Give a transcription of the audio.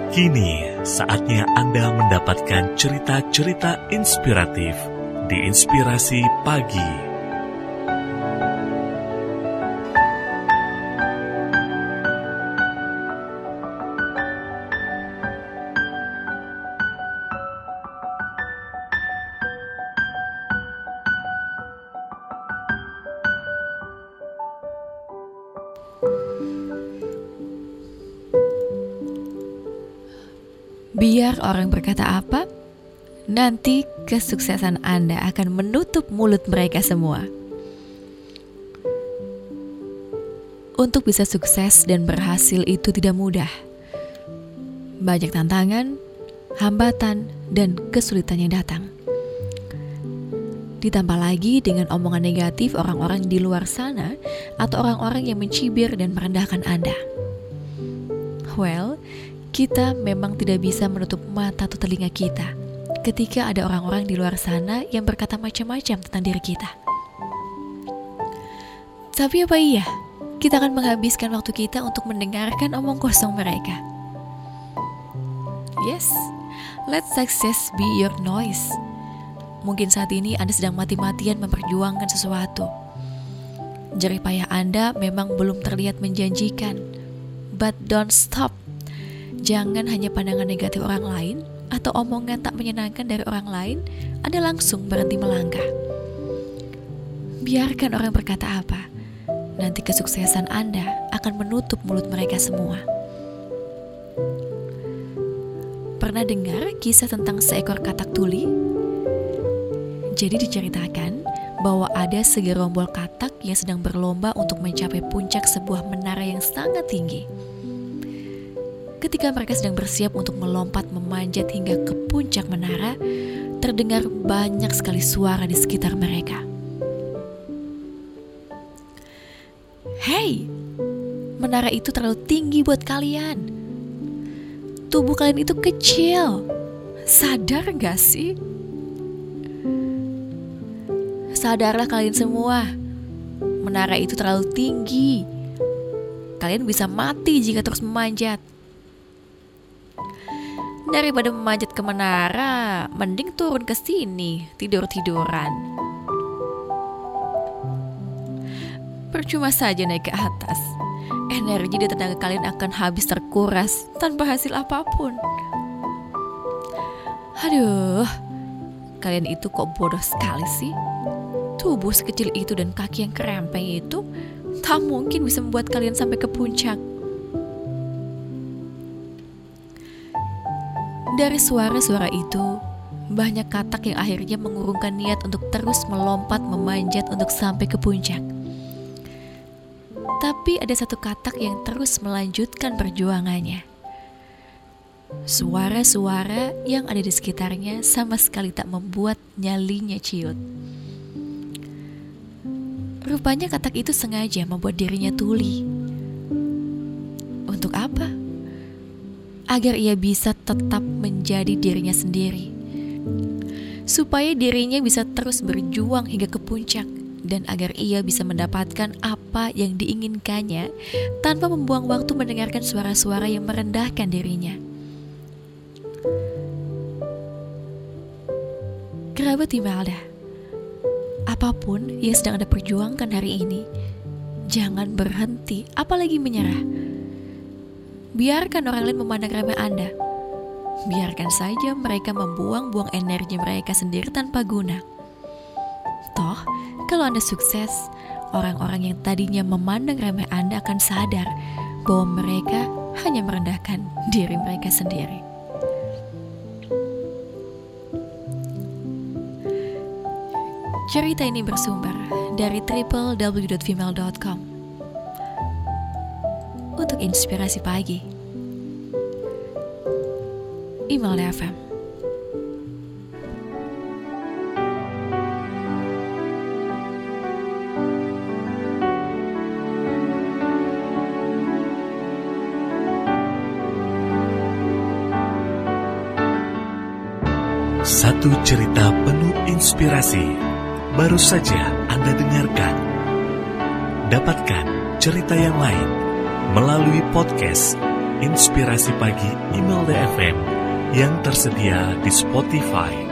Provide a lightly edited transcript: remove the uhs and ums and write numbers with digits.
Kini saatnya Anda mendapatkan cerita-cerita inspiratif di Inspirasi Pagi. Biar orang berkata apa, nanti kesuksesan Anda akan menutup mulut mereka semua. Untuk bisa sukses dan berhasil itu tidak mudah. Banyak tantangan, hambatan, dan kesulitan yang datang. Ditambah lagi dengan omongan negatif orang-orang di luar sana atau orang-orang yang mencibir dan merendahkan Anda. Well, kita memang tidak bisa menutup mata atau telinga kita ketika ada orang-orang di luar sana yang berkata macam-macam tentang diri kita. Tapi apa iya, kita akan menghabiskan waktu kita untuk mendengarkan omong kosong mereka? Yes, let success be your noise. Mungkin saat ini Anda sedang mati-matian memperjuangkan sesuatu. Jerih payah Anda memang belum terlihat menjanjikan. But don't stop. Jangan hanya pandangan negatif orang lain atau omongan tak menyenangkan dari orang lain, Anda langsung berhenti melangkah. Biarkan orang berkata apa, nanti kesuksesan Anda akan menutup mulut mereka semua. Pernah dengar kisah tentang seekor katak tuli? Jadi diceritakan bahwa ada segerombol katak yang sedang berlomba untuk mencapai puncak sebuah menara yang sangat tinggi. Ketika mereka sedang bersiap untuk melompat memanjat hingga ke puncak menara, terdengar banyak sekali suara di sekitar mereka. Hei, menara itu terlalu tinggi buat kalian. Tubuh kalian itu kecil. Sadar gak sih? Sadarlah kalian semua. Menara itu terlalu tinggi. Kalian bisa mati jika terus memanjat. Daripada memanjat ke menara, mending turun ke sini, tidur-tiduran. Percuma saja naik ke atas. Energi dan tenaga kalian akan habis terkuras tanpa hasil apapun. Aduh, kalian itu kok bodoh sekali sih. Tubuh sekecil itu dan kaki yang kerempeng itu tak mungkin bisa membuat kalian sampai ke puncak. Dari suara-suara itu, banyak katak yang akhirnya mengurungkan niat untuk terus melompat memanjat untuk sampai ke puncak. Tapi ada satu katak yang terus melanjutkan perjuangannya. Suara-suara yang ada di sekitarnya sama sekali tak membuat nyalinya ciut. Rupanya katak itu sengaja membuat dirinya tuli. Untuk apa? Agar ia bisa tetap menjadi dirinya sendiri. Supaya dirinya bisa terus berjuang hingga ke puncak. Dan agar ia bisa mendapatkan apa yang diinginkannya tanpa membuang waktu mendengarkan suara-suara yang merendahkan dirinya. Kerabat Imelda, apapun yang sedang Anda perjuangkan hari ini, jangan berhenti, apalagi menyerah. Biarkan orang lain memandang remeh Anda. Biarkan saja mereka membuang-buang energi mereka sendiri tanpa guna. Toh, kalau Anda sukses, orang-orang yang tadinya memandang remeh Anda akan sadar bahwa mereka hanya merendahkan diri mereka sendiri. Cerita ini bersumber dari www.female.com. Untuk Inspirasi Pagi, Imelda FM. Satu cerita penuh inspirasi baru saja Anda dengarkan. Dapatkan cerita yang lain melalui podcast Inspirasi Pagi Imelda FM yang tersedia di Spotify.